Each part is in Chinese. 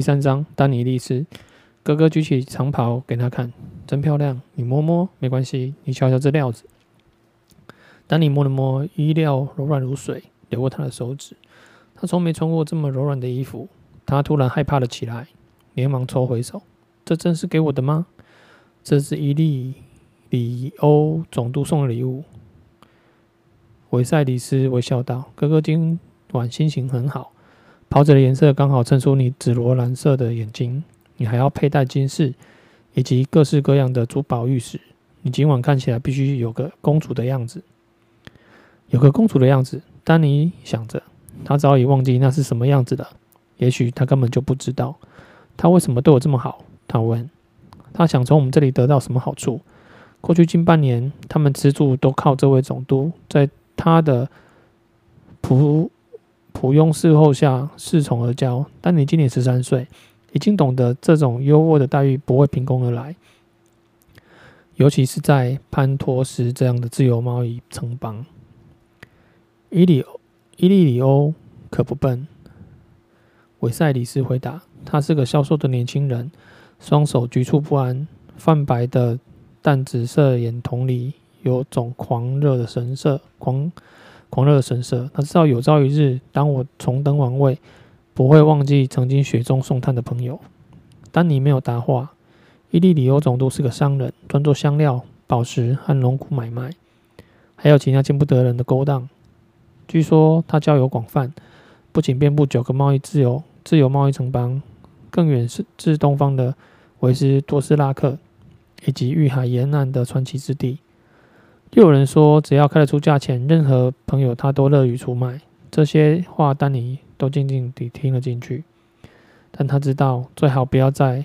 3章，丹尼利斯。哥哥举起长袍给他看，真漂亮，你摸摸没关系，你瞧瞧这料子。丹尼摸了摸衣料，柔软如水，流过他的手指。他从没穿过这么柔软的衣服，他突然害怕了起来，连忙抽回手。这真是给我的吗？这是伊利里欧总督送的礼物。维赛里斯微笑道：“哥哥今晚心情很好，袍子的颜色刚好衬出你紫罗兰色的眼睛。你还要佩戴金饰，以及各式各样的珠宝玉石。你今晚看起来必须有个公主的样子。”有个公主的样子，丹尼想着，他早已忘记那是什么样子了。也许他根本就不知道。他为什么对我这么好？他问。他想从我们这里得到什么好处？过去近半年，他们吃住都靠这位总督在他的仆庸侍候下恃宠而骄。丹尼今年13岁，已经懂得这种优渥的待遇不会凭空而来，尤其是在潘托斯这样的自由贸易城邦。伊利里欧可不笨，韦塞里斯回答。他是个消瘦的年轻人，双手局促不安，泛白的淡紫色眼瞳里有种狂热的神色。他知道有朝一日，当我重登王位，不会忘记曾经雪中送炭的朋友。丹尼没有答话。伊利里欧总督是个商人，专做香料、宝石和龙骨买卖，还有其他见不得人的勾当。据说他交友广泛，不仅遍布9个自由贸易城邦，更远至东方的维斯多斯拉克，以及遇海沿岸的传奇之地。又有人说，只要开得出价钱，任何朋友他都乐于出卖。这些话丹尼都静静地听了进去，但他知道最好不要在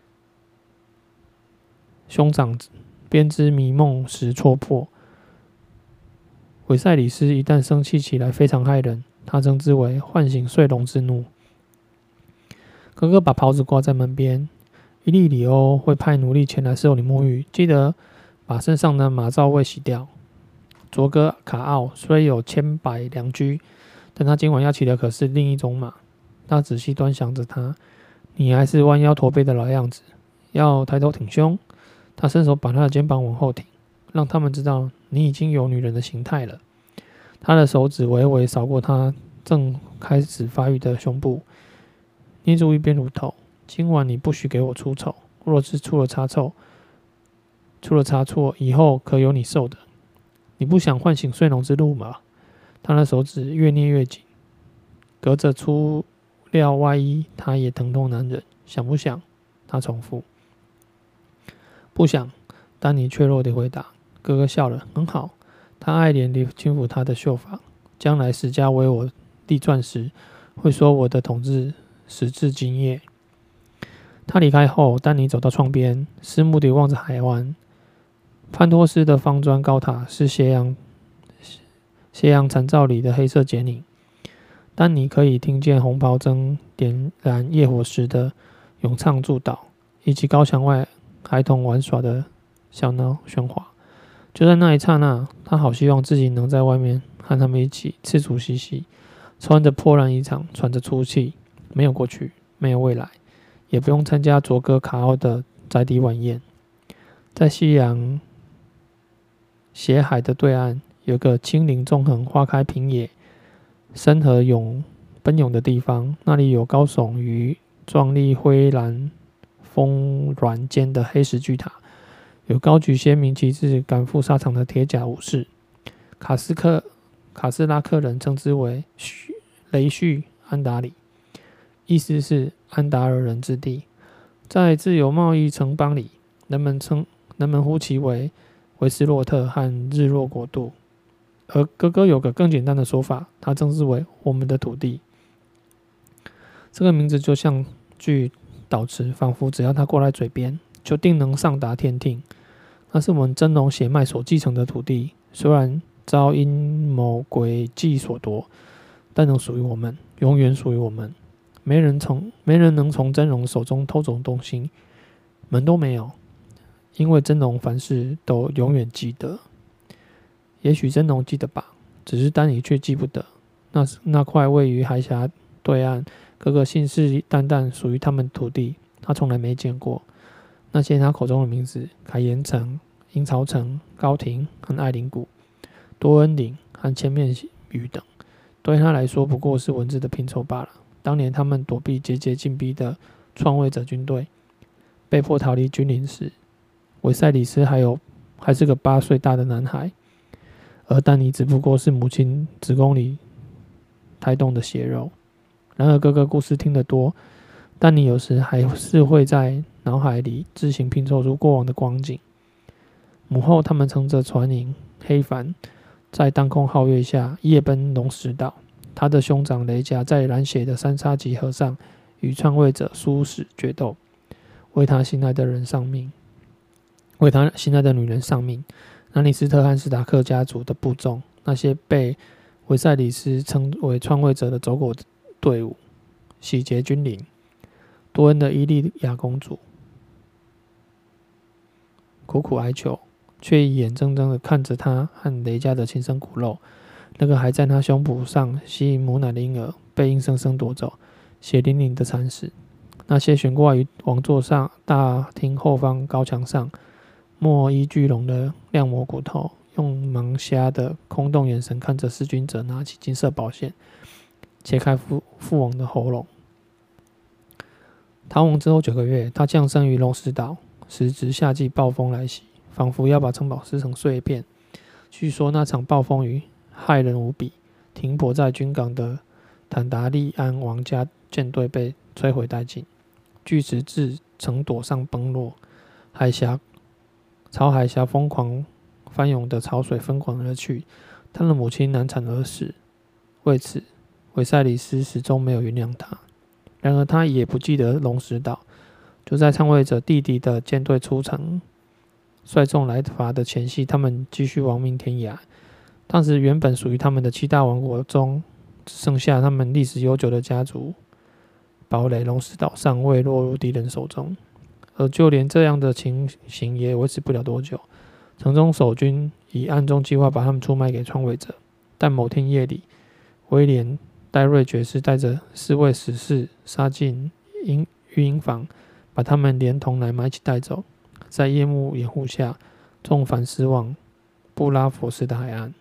兄长编织迷梦时戳破。韦塞里斯一旦生气起来，非常害人，他称之为唤醒睡龙之怒。哥哥把袍子挂在门边，伊利里欧会派奴隶前来伺候你沐浴，记得把身上的马皂味洗掉。卓哥卡奥虽有千百良驹，但他今晚要骑的可是另一种马。他仔细端详着他，你还是弯腰驼背的老样子，要抬头挺胸。他伸手把他的肩膀往后挺，让他们知道你已经有女人的形态了。他的手指微微扫过他正开始发育的胸部，捏住一边乳头。今晚你不许给我出丑，若是出了差错，以后可有你受的。你不想唤醒睡龙之怒吗？他的手指越捏越紧，隔着粗料外衣，他也疼痛难忍。想不想？他重复。不想，丹尼怯弱地回答。哥哥笑了，很好。他爱怜地轻抚他的秀发。将来史家为我立传时，会说我的统治时至今夜。他离开后，丹尼走到窗边，思慕地望着海湾。潘托斯的方砖高塔是斜阳残照里的黑色剪影。丹尼可以听见红袍灯点燃夜火时的咏唱祝祷，以及高墙外孩童玩耍的小闹喧哗。就在那一刹那，他好希望自己能在外面和他们一起赤足嬉戏，穿着破烂衣裳，喘着粗气，没有过去，没有未来，也不用参加卓哥卡奥的宅邸晚宴。在夕阳斜海的对岸，有个青林纵横、花开平野、深河奔涌的地方，那里有高耸于壮丽灰蓝峰峦间的黑石巨塔，有高举鲜明旗帜赶赴沙场的铁甲武士。卡斯拉克人称之为雷绪安达里，意思是安达尔人之地。在自由贸易城邦里，人们呼其为维斯洛特和日落国度。而哥哥有个更简单的说法，他称之为我们的土地。这个名字就像句祷词，仿佛只要他过来嘴边，就定能上达天听。那是我们真龙血脉所继承的土地，虽然遭阴谋诡计所夺，但能属于我们，永远属于我们。没人能从真龙手中偷走东西，门都没有，因为真龙凡事都永远记得。也许真龙记得吧，只是丹尼却记不得。那块位于海峡对岸哥哥信誓旦旦属于他们土地，他从来没见过。那些他口中的名字，凯岩城、鹰巢城、高庭和艾林谷、多恩岭和千面屿等，对他来说不过是文字的拼凑罢了。当年他们躲避节节进逼的创卫者军队，被迫逃离君临时，维赛里斯还是个8岁大的男孩，而丹尼只不过是母亲子宫里胎动的血肉。然而哥哥故事听得多，丹尼有时还是会在脑海里自行拼凑出过往的光景。母后他们乘着船营黑帆，在当空皓月下夜奔龙石岛。他的兄长雷加在染血的三叉戟河上与篡位者殊死决斗，为他心爱的女人丧命。兰尼斯特和史塔克家族的部众，那些被维赛里斯称为篡位者的走狗队伍，洗劫君临。多恩的伊利亚公主苦苦哀求，却眼睁睁地看着他和雷加的亲生骨肉，那个还在他胸脯上吸引母奶的婴儿，被硬生生夺走，血淋淋的惨死。那些悬挂于王座上大厅后方高墙上墨衣巨龙的亮魔骨头，用盲瞎的空洞眼神看着弑君者拿起金色宝剑，切开父王的喉咙。逃亡之后9个月，他降生于龙石岛，时值夏季暴风来袭，仿佛要把城堡撕成碎片。据说那场暴风雨骇人无比，停泊在军港的坦达利安王家舰队被摧毁殆尽，巨石自城垛上崩落，朝海峡疯狂翻涌的潮水疯狂而去。他的母亲难产而死，为此维赛里斯始终没有原谅他。然而他也不记得龙石岛。就在篡位者弟弟的舰队出城率众来伐的前夕，他们继续亡命天涯。当时原本属于他们的7大王国中，只剩下他们历史悠久的家族堡垒龙石岛尚未落入敌人手中。而就连这样的情形也维持不了多久，城中守军已暗中计划把他们出卖给篡位者。但某天夜里，威廉戴瑞爵士带着4位死士杀进御营房，把他们连同奶妈一起带走，在夜幕掩护下重返驶往布拉佛斯的海岸。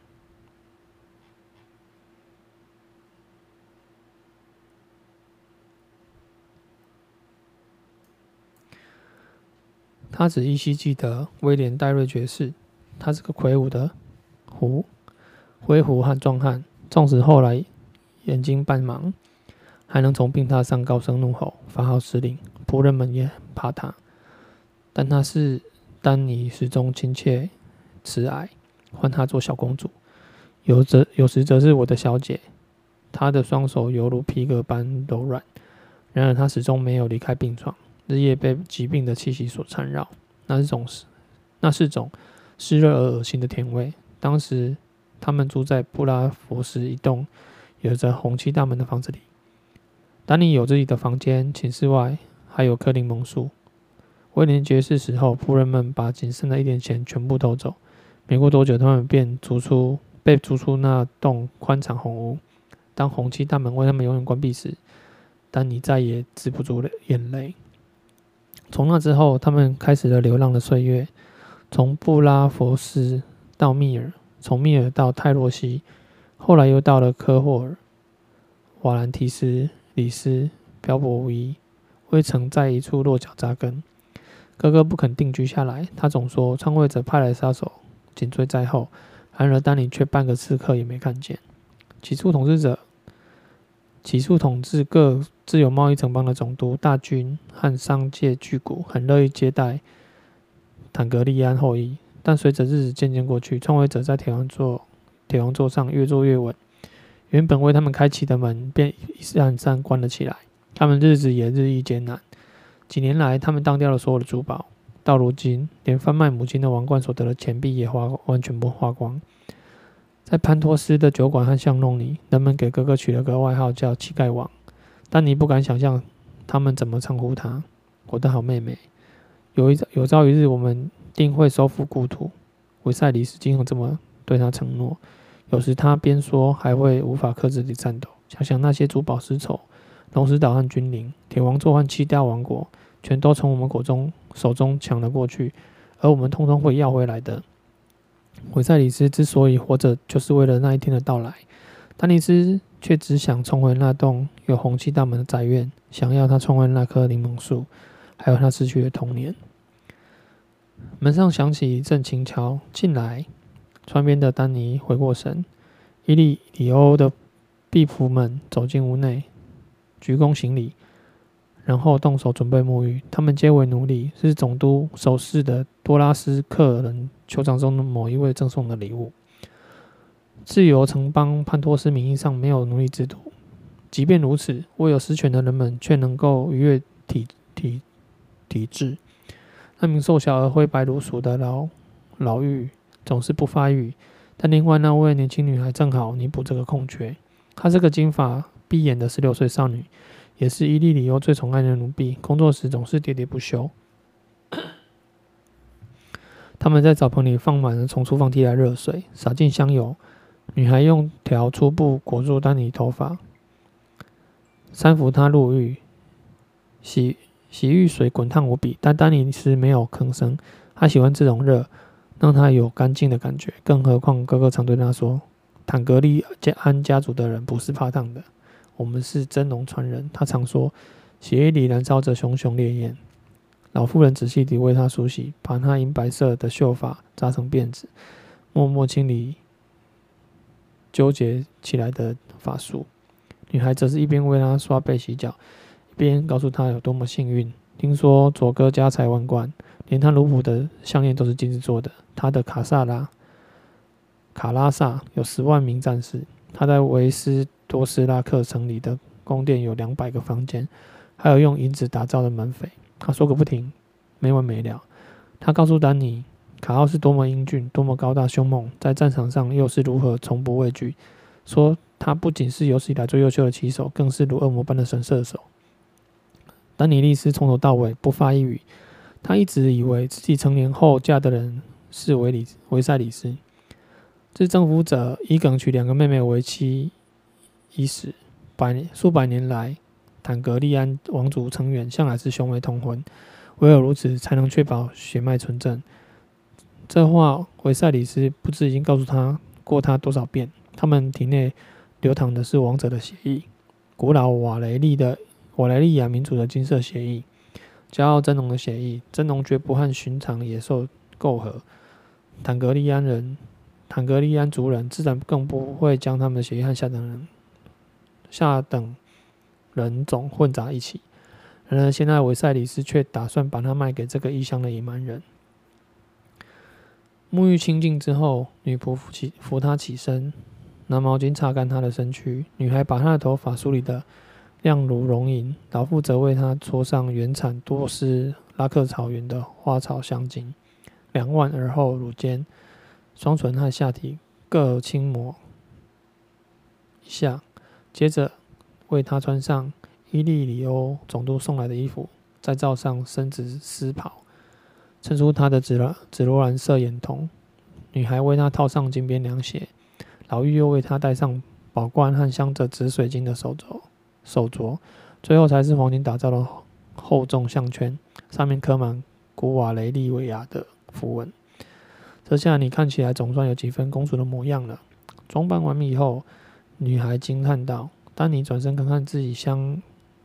他只依稀记得威廉戴瑞爵士，他是个魁梧的灰胡和壮汉，纵使后来眼睛半盲，还能从病榻上高声怒吼，发号施令，仆人们也很怕他。但他是丹尼始终亲切慈爱，唤她做小公主，有时则是我的小姐。她的双手犹如皮革般柔软，然而她始终没有离开病床，日夜被疾病的气息所缠绕。那是种湿热而恶心的甜味。当时他们住在布拉佛斯一栋有着红漆大门的房子里。丹尼有自己的房间，寝室外还有棵柠檬树。威廉爵士死后，仆人们把仅剩的一点钱全部偷走。没过多久，他们便被逐出那栋宽敞红屋。当红漆大门为他们永远关闭时，丹尼再也止不住眼泪。从那之后，他们开始了流浪的岁月，从布拉佛斯到密尔，从密尔到泰洛西，后来又到了科霍尔、瓦兰提斯、里斯，漂泊无依，未曾在一处落脚扎根。哥哥不肯定居下来，他总说篡位者派来杀手紧追在后，然而丹尼却半个刺客也没看见。起初统治各自由贸易城邦的总督、大军和商界巨贾很乐意接待坦格利安后裔，但随着日子渐渐过去，篡位者在铁王座上越坐越稳，原本为他们开启的门便一扇扇关了起来，他们日子也日益艰难。几年来，他们当掉了所有的珠宝，到如今，连贩卖母亲的王冠所得的钱币也完全花光。在潘托斯的酒馆和巷弄里，人们给哥哥取了个外号叫乞丐王，但你不敢想象他们怎么称呼他。我的好妹妹，有朝一日我们定会收复故土。维赛里斯经常这么对他承诺。有时他边说还会无法克制地颤抖，想想那些珠宝丝绸， 龙石岛和君临、铁王座和七大王国，全都从我们手中抢了过去，而我们通通会要回来的。韦塞里斯之所以活着，就是为了那一天的到来。丹尼斯却只想重回那栋有红漆大门的宅院，想要他重回那棵柠檬树，还有他失去的童年。门上响起一阵轻敲，进来。窗边的丹尼回过神，伊利里欧的婢仆们走进屋内，鞠躬行礼，然后动手准备沐浴。他们皆为奴隶，是总督守侍的多拉斯克人酋长中的某一位赠送的礼物。自由城邦潘托斯名义上没有奴隶制度，即便如此，握有实权的人们却能够逾越体制。那名瘦小而灰白如鼠的老妪总是不发育，但另外那位年轻女孩正好弥补这个空缺。她是个金发碧眼的16岁少女，也是伊利里欧最宠爱的奴婢，工作时总是喋喋不休。他们在澡盆里放满了从厨房提来热水，洒进香油。女孩用条粗布裹住丹尼头发，搀扶他入浴。洗浴水滚烫无比，但丹尼斯没有吭声。他喜欢这种热，让他有干净的感觉。更何况哥哥常对他说，坦格利安家族的人不是怕烫的，我们是真龙传人。他常说，血液里燃烧着熊熊烈焰。老妇人仔细地为他梳洗，把他银白色的秀发扎成辫子，默默清理纠结起来的发束。女孩则是一边为他刷背洗脚，一边告诉他有多么幸运。听说佐哥家财万贯，连他奴仆的项链都是金子做的。他的卡拉萨有10万名战士。他在维斯多斯拉克城里的宫殿有200个房间，还有用银子打造的门扉。他说个不停，没完没了。他告诉丹尼，卡奥是多么英俊，多么高大凶猛，在战场上又是如何从不畏惧。说他不仅是有史以来最优秀的骑手，更是如恶魔般的神射手。丹尼利斯从头到尾不发一语，他一直以为自己成年后嫁的人是维塞里斯。自征服者伊耿娶2个妹妹为妻伊始，数百年来，坦格利安王族成员向来是兄妹通婚，唯有如此才能确保血脉纯正。这话维塞里斯不知已经告诉他过多少遍。他们体内流淌的是王者的血液，古老瓦雷利亚民族的金色血液，骄傲真龙的血液。真龙绝不和寻常野兽媾和，坦格利安族人自然更不会将他们的血液和下等人种混杂一起。然而现在维塞里斯却打算把它卖给这个异乡的野蛮人。沐浴清净之后，女仆扶他起身，拿毛巾擦干他的身躯。女孩把他的头发梳理得亮如熔银，老妇则为他搓上原产多斯拉克草原的花草香精。2腕而后乳尖、双唇和下体各轻抹一下，接着为他穿上伊利里欧总督送来的衣服，再罩上深紫丝袍，衬出他的紫罗兰色眼瞳。女孩为他套上金边凉鞋，老妪又为他戴上宝冠和镶着紫水晶的手镯，最后才是黄金打造的厚重项圈，上面刻满古瓦雷利维亚的符文。这下你看起来总算有几分公主的模样了。装扮完毕以后，女孩惊叹道。丹尼转身看看自己相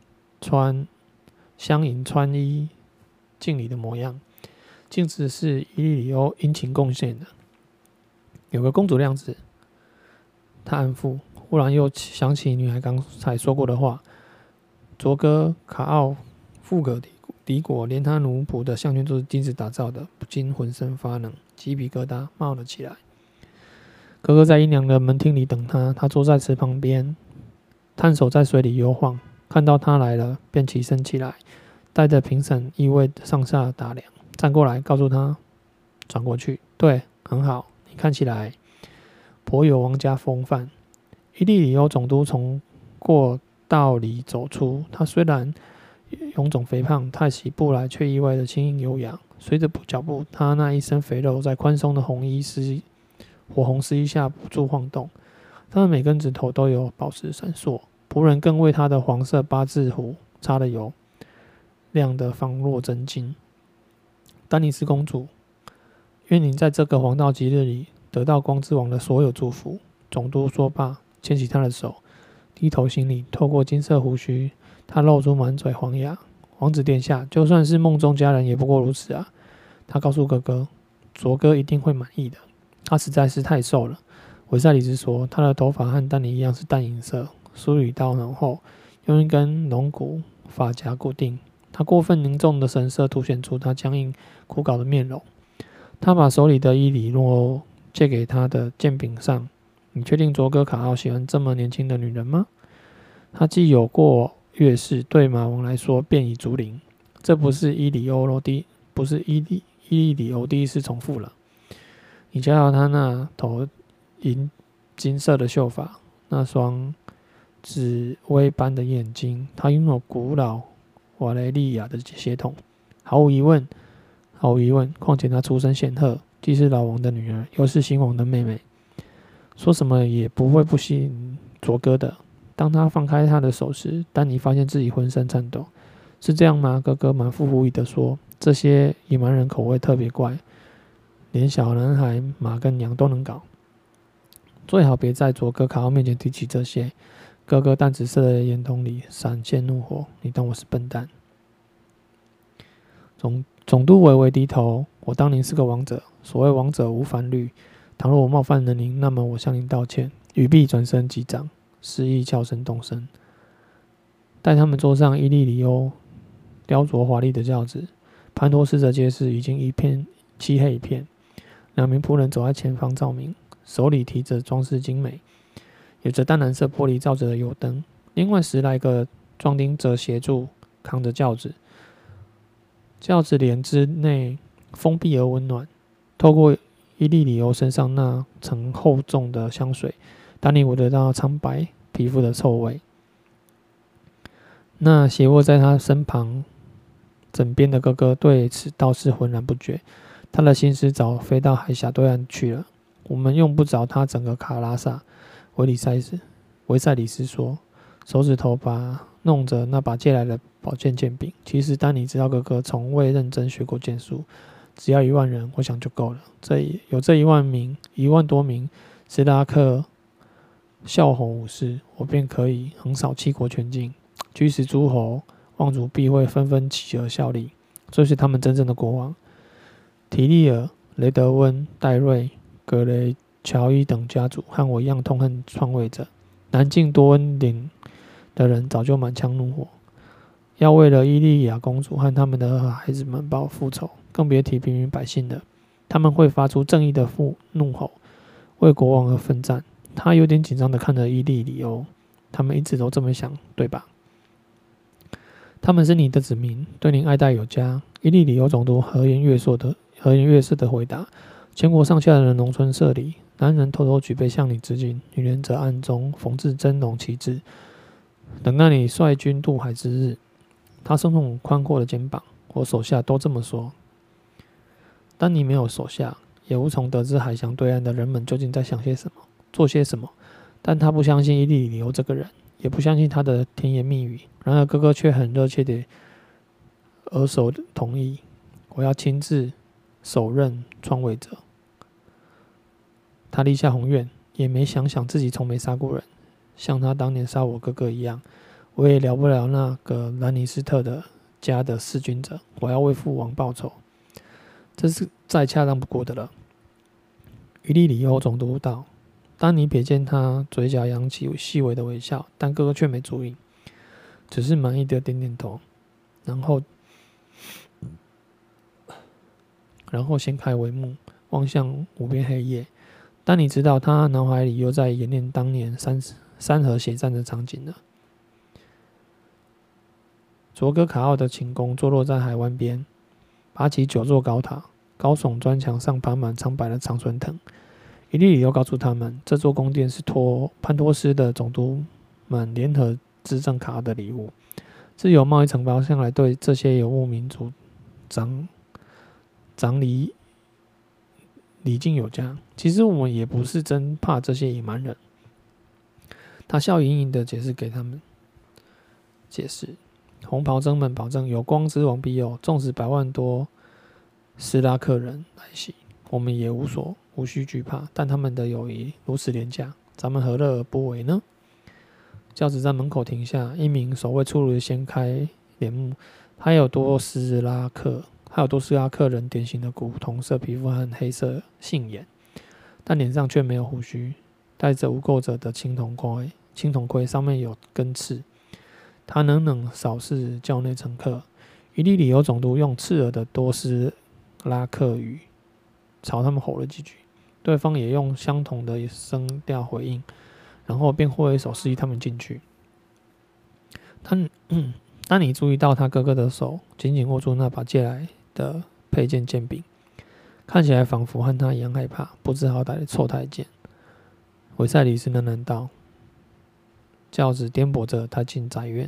迎穿衣敬礼的模样，镜子是伊利里欧殷勤贡献的，有个公主的样子。他安抚，忽然又想起女孩刚才说过的话，卓哥卡奥富可敌国，连他奴仆的项圈都是金子打造的，不禁浑身发冷，鸡皮疙瘩冒了起来。哥哥在阴凉的门厅里等他，他坐在池旁边，探手在水里游晃，看到他来了，便起身起来，带着评审意味上下打量，站过来告诉他，转过去，对，很好，你看起来颇有王家风范。伊利里欧总督从过道里走出，他虽然臃肿肥胖，踏起步来却意外的轻盈优雅。随着脚步，他那一身肥肉在宽松的火红丝衣下不住晃动，他的每根指头都有宝石闪烁， 仆人更为他的黄色八字胡擦了油，亮得仿若真金。丹尼斯公主，愿您在这个黄道吉日里得到光之王的所有祝福。总督说罢，牵起他的手，低头行礼。透过金色胡须，他露出满嘴黄牙。王子殿下，就算是梦中佳人，也不过如此啊。他告诉哥哥，卓哥一定会满意的。他实在是太瘦了。维赛里斯说，他的头发和丹尼一样是淡银色，梳理到脑后，用一根龙骨发夹固定。他过分凝重的神色凸显出他僵硬枯槁的面容。他把手里的伊里诺借给他的剑柄上。你确定卓哥卡奥喜欢这么年轻的女人吗？他既有过月事，对马王来说便已足龄。这不是伊里欧第一次重复了。你瞧瞧他那头金色的秀发，那双紫薇般的眼睛，他拥有古老瓦雷利亚的血统，毫无疑问。况且他出身显赫，既是老王的女儿，又是新王的妹妹，说什么也不会不吸引卓哥的。当他放开他的手时，丹尼发现自己浑身颤抖。是这样吗？哥哥满腹狐疑地说。这些野蛮人口味特别怪，连小男孩马跟羊都能搞。最好别在卓哥卡奥面前提起这些。哥哥淡紫色的眼瞳里闪现怒火。你当我是笨蛋？总督微微低头。我当年是个王者，所谓王者无反律。倘若我冒犯了您，那么我向您道歉。语毕转身击掌，示意叫声动身。待他们坐上伊利里欧雕琢华丽的轿子，潘托斯的街市已经漆黑一片。两名仆人走在前方照明，手里提着装饰精美、有着淡蓝色玻璃罩着的油灯。另外10来个壮丁则协助扛着轿子。轿子帘之内封闭而温暖，透过伊利里欧身上那层厚重的香水，丹尼闻得到苍白皮肤的臭味。那斜卧在他身旁枕边的哥哥对此倒是浑然不觉，他的心思早飞到海峡对岸去了。我们用不着他整个卡拉萨。维赛里斯说，手指头弄着那把借来的宝剑剑柄。其实丹尼知道哥哥从未认真学过剑术，只要1万人，我想就够了。有这1万多名斯拉克笑吼武士，我便可以横扫7国全境，驱使诸侯望族必会纷纷起而效力，这是他们真正的国王。提利尔、雷德温、戴瑞、格雷乔伊等家族和我一样痛恨篡位者。南境多恩岭的人早就满腔怒火，要为了伊利亚公主和他们的孩子们复仇，更别提平民百姓了。他们会发出正义的怒吼，为国王而奋战。他有点紧张地看着伊利里欧，他们一直都这么想，对吧？他们是你的子民，对您爱戴有加。伊利里欧总督和颜悦色地回答。全国上下的农村社里，男人偷偷举杯向你致敬，女人则暗中缝制真龙旗帜，等待你率军渡海之日。他松动宽阔的肩膀，我手下都这么说。丹尼没有手下，也无从得知海峡对岸的人们究竟在想些什么，做些什么。但他不相信伊利里欧这个人，也不相信他的甜言蜜语。然而哥哥却很热切地额首同意，我要亲自手刃篡位者。他立下宏愿，也没想自己从没杀过人，像他当年杀我哥哥一样。我也饶不了那个兰尼斯特的家的弑君者，我要为父王报仇，这是再恰当不过的了。伊利里欧总督道。丹尼瞥见他嘴角扬起细微的微笑，但哥哥却没注意，只是满意的点点头，然后掀开帷幕，望向无边黑夜。丹尼知道他脑海里又在演练当年山河血战的场景了。卓哥卡奥的寝宫坐落在海湾边，拔起9座高塔，高耸砖墙上爬满苍白的常春藤。伊利里欧告诉他们，这座宫殿是潘托斯的总督们联合资政卡奥的礼物，自由贸易承包向来对这些游牧民族掌礼敬有加。其实我们也不是真怕这些野蛮人， 他笑盈盈的解释给他们。红袍僧们保证有光之王庇佑，纵使100万多斯拉克人来袭，我们也无需惧怕。但他们的友谊如此廉价，咱们何乐而不为呢？轿子在门口停下，一名守卫出炉掀开帘幕。他有多斯拉克人典型的古铜色皮肤和黑色杏眼，但脸上却没有胡须，戴着无垢者的青铜盔，上面有根刺。他冷扫视轿内乘客，伊利里欧总督用刺耳的多斯拉克语朝他们吼了几句，对方也用相同的声调回应，然后便挥手示意他们进去。当你注意到他哥哥的手紧紧握住那把借来的佩剑剑柄，看起来仿佛和他一样害怕，不知好歹的臭太监。维赛里斯喃喃道。轿子颠簸着踏进宅院。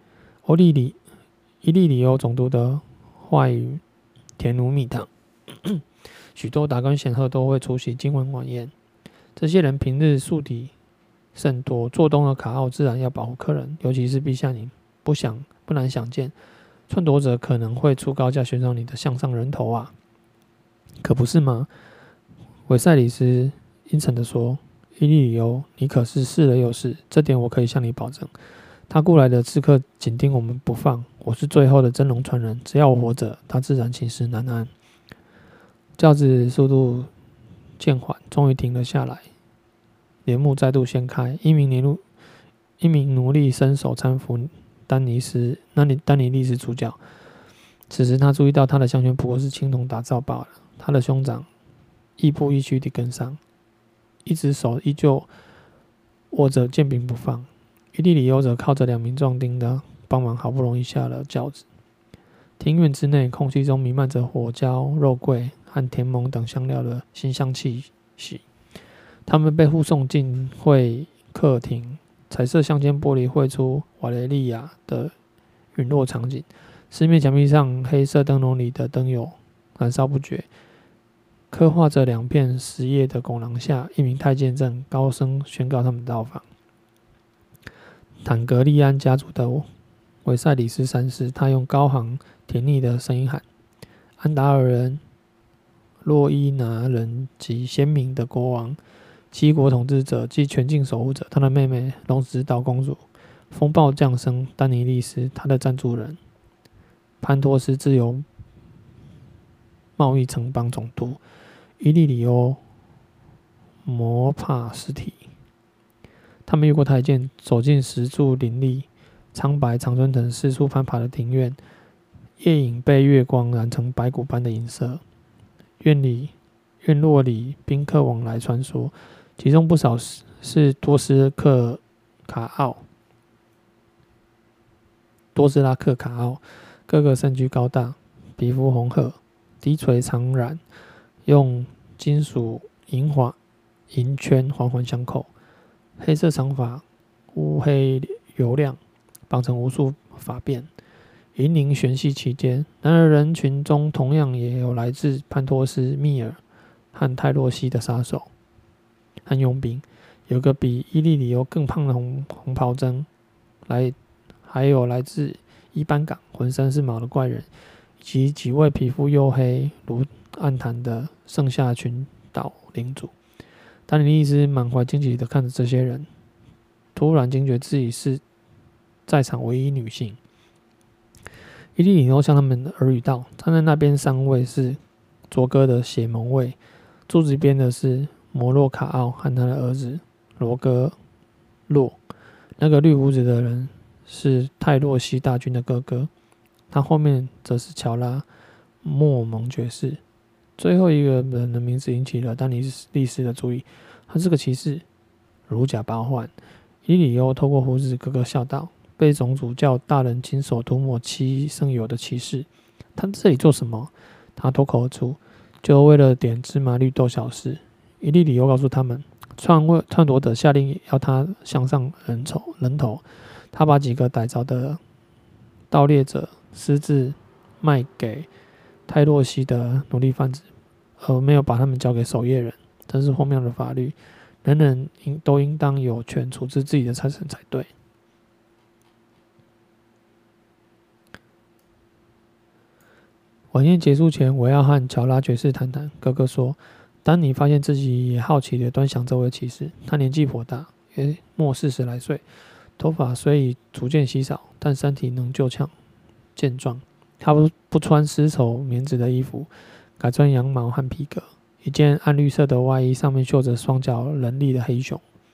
伊利里欧总督的话语甜如蜜糖，许多达官显赫都会出席今晚晚宴。这些人平日宿敌甚多，做东的卡奥自然要保护客人，尤其是陛下您不难想见，篡夺者可能会出高价悬赏你的项上人头啊，可不是吗？维赛里斯阴沉地说。伊利里欧，你可是试了又试，这点我可以向你保证。他雇来的刺客紧盯我们不放，我是最后的真龙传人，只要我活着，他自然寝食难安。轿子速度渐缓，终于停了下来，帘幕再度掀开，一名奴隶伸手搀扶丹尼利斯主角。此时他注意到他的项圈不过是青铜打造罢了，他的兄长亦步亦趋地跟上。一只手依旧握着剑柄不放，伊利里欧则靠着2名壮丁的帮忙，好不容易下了轿子。庭院之内，空气中弥漫着火椒、肉桂和甜檬等香料的馨香气息。他们被护送进会客厅，彩色镶嵌玻璃绘出瓦雷利亚的陨落场景。四面墙壁上黑色灯笼里的灯油燃烧不绝。刻画着2片10页的拱廊下，一名太监正高声宣告他们到访。坦格利安家族的维赛里斯3世，他用高昂甜腻的声音喊：“安达尔人、洛伊拿人及鲜明的国王，7国统治者及全境守护者，他的妹妹龙之岛公主，风暴降生丹尼利斯，他的赞助人，潘托斯自由贸易城邦总督。”伊利里欧·摩帕斯提，他们越过台阶，走进石柱林立、苍白常春藤四处攀爬的庭院。夜影被月光染成白骨般的银色。院落里宾客往来穿梭，其中不少是多斯拉克卡奥，个个身居高大，皮肤红褐，低垂长髯。用金属银圈环环相扣，黑色长发乌黑油亮，绑成无数发辫，银铃悬系其间。然而人群中同样也有来自潘托斯、密尔和泰洛西的杀手和佣兵，有个比伊利里欧更胖的红袍僧，还有来自伊班港浑身是毛的怪人，以及几位皮肤黝黑如暗潭的盛夏群岛领主。丹尼利斯满怀惊奇地看着这些人，突然惊觉自己是在场唯一女性。伊利里欧向他们耳语道：“站在那边3位是卓哥的血盟卫，柱子边的是摩洛卡奥和他的儿子罗格洛，那个绿胡子的人是泰洛西大军的哥哥，他后面则是乔拉莫蒙爵士。”最后一个人的名字引起了丹尼利斯的注意，他是个骑士，如假包换。伊里欧透过胡子咯咯笑道：“被总主教大人亲手涂抹7圣油的骑士，他这里做什么？”他脱口而出：“就为了点芝麻绿豆小事。”伊利欧告诉他们，篡夺者下令要他向上人头，他把几个逮着的盗猎者私自卖给泰洛西的奴隶贩子，而没有把他们交给守夜人，这是荒谬的法律。 人人都应当有权处置自己的财产才对。晚宴结束前，我要和乔拉爵士谈谈。哥哥说，丹尼发现自己也好奇地端详这位骑士。他年纪颇大，约莫40来岁，头发虽已逐渐稀少，但身体仍旧健壮。他不穿丝绸棉质的衣服，改穿羊毛和皮革。一件暗绿色的外衣，上面绣着双脚人立的黑熊。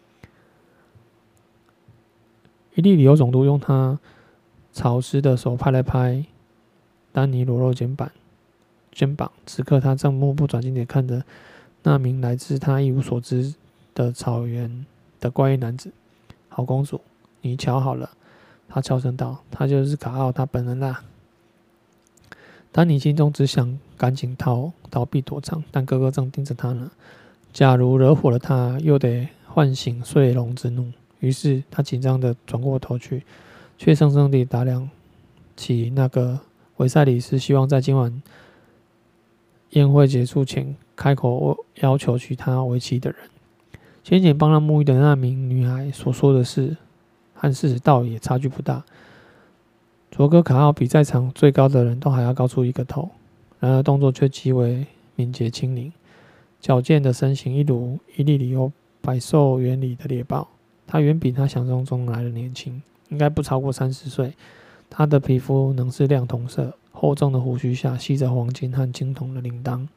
伊利里欧总督用他潮湿的手拍了拍丹尼裸露肩膀。此刻他正目不转睛地看着那名来自他一无所知的草原的怪异男子。好公主，你瞧好了，他悄声道，他就是卡奥他本人啦。丹尼心中只想赶紧逃避躲藏，但哥哥正盯着他呢。假如惹火了他，又得唤醒睡龙之怒。于是他紧张地转过头去，却生生地打量起那个维赛里斯希望在今晚宴会结束前开口要求娶她为妻的人。先前帮他沐浴的那名女孩所说的事，和事实倒也差距不大。卓哥卡奥比在场最高的人都还要高出一个头，然而动作却极为敏捷轻灵，矫健的身形一如伊利里欧百兽园里的猎豹。他远比他想象中来的年轻，应该不超过30岁。他的皮肤仍是亮铜色，厚重的胡须下系着黄金和青铜的铃铛。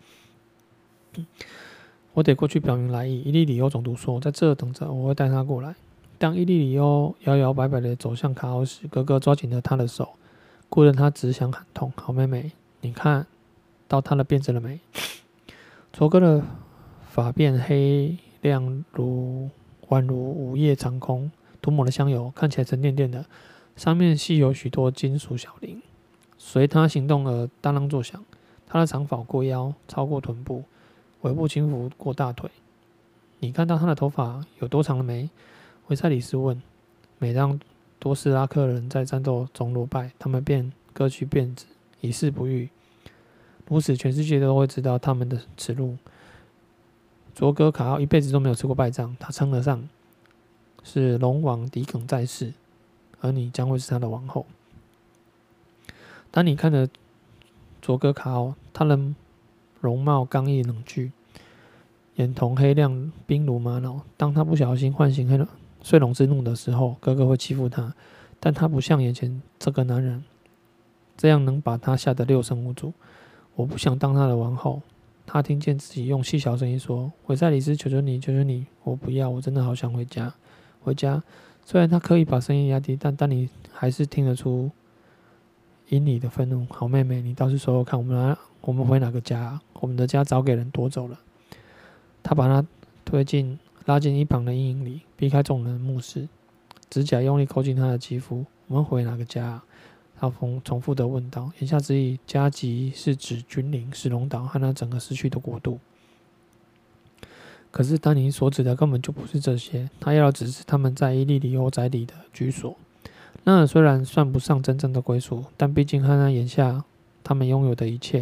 我得过去表明来意，伊利里欧总督说，在这等着，我会带他过来。当伊利里欧摇摇摆摆地走向卡奥时，哥哥抓紧了他的手，顾得他只想喊痛。好妹妹，你看到他的辫子了没？卓哥的发辫黑亮宛如午夜长空，涂抹了香油，看起来沉甸甸的，上面系有许多金属小铃，随他行动而当啷作响。他的长发过腰，超过臀部，尾部轻拂过大腿。你看到他的头发有多长了没？维赛里斯问。每当多斯拉克人在战斗中落败，他们便割去辫子，以示不遇。如此，全世界都会知道他们的耻辱。卓格卡奥一辈子都没有吃过败仗，他称得上是龙王狄耿在世，而你将会是他的王后。当你看着卓格卡奥，他的容貌刚毅冷峻，眼瞳黑亮，冰如玛瑙。当他不小心唤醒睡龙之怒的时候，哥哥会欺负他，但他不像眼前这个男人这样能把他吓得六神无主。我不想当他的王后。他听见自己用细小声音说：“维赛里斯，求求你，求求你，我不要，我真的好想回家。”回家。虽然他刻意把声音压低，但你还是听得出因你的愤怒。好妹妹，你倒是说说看，我们回哪个家啊？我们的家早给人夺走了。他把他拉进一旁的阴影里，避开众人的目视，指甲用力抠进他的肌肤。我们回哪个家啊？他重复地问道，言下之意，加急是指君临、史隆岛和那整个失去的国度。可是丹尼所指的根本就不是这些，他要的只是他们在伊利里欧宅里的居所。那虽然算不上真正的归属，但毕竟和那眼下他们拥有的一切，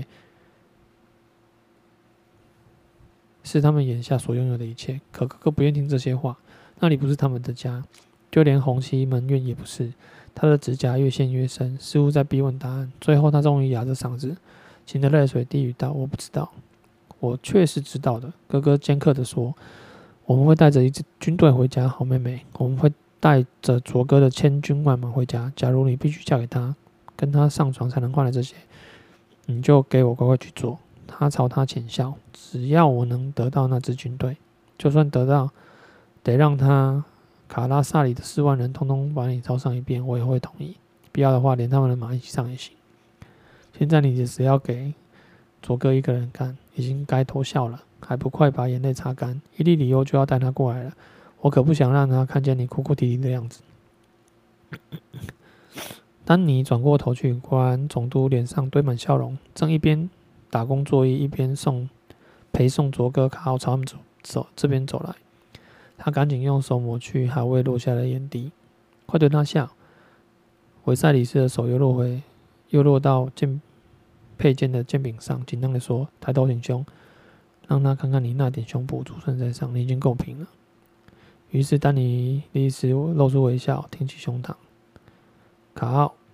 是他们眼下所拥有的一切。可哥哥不愿听这些话，那里不是他们的家，就连红旗门院也不是。他的指甲越陷越深，似乎在逼问答案。最后，他终于哑着嗓子，噙着泪水低语道：“我不知道。”“我却是知道的。”哥哥尖刻地说。“我们会带着一支军队回家，好妹妹。我们会带着卓哥的千军万马回家。假如你必须嫁给他，跟他上床才能换来这些，你就给我乖乖去做。”他朝他浅笑。“只要我能得到那支军队，就算得到，得让他卡拉萨里的4万人通通把你抄上一遍，我也会同意。必要的话，连他们的马一起上也行。现在你只要给卓哥一个人干，已经该偷笑了，还不快把眼泪擦干？伊利里欧就要带他过来了，我可不想让他看见你哭哭啼啼的样子。”丹尼转过头去，果然总督脸上堆满笑容，正一边打工作揖，一边陪送卓哥卡奥朝他们这边走来。他赶紧用手抹去还未落下的眼滴。“快对他笑！”维赛里斯的手又落到佩剑的剑柄上，紧张地说：“抬头挺胸，让他看看你那点胸脯，竹寸在上，你已经够平了。” 于是丹尼利斯露出微笑，挺起胸膛。卡奥，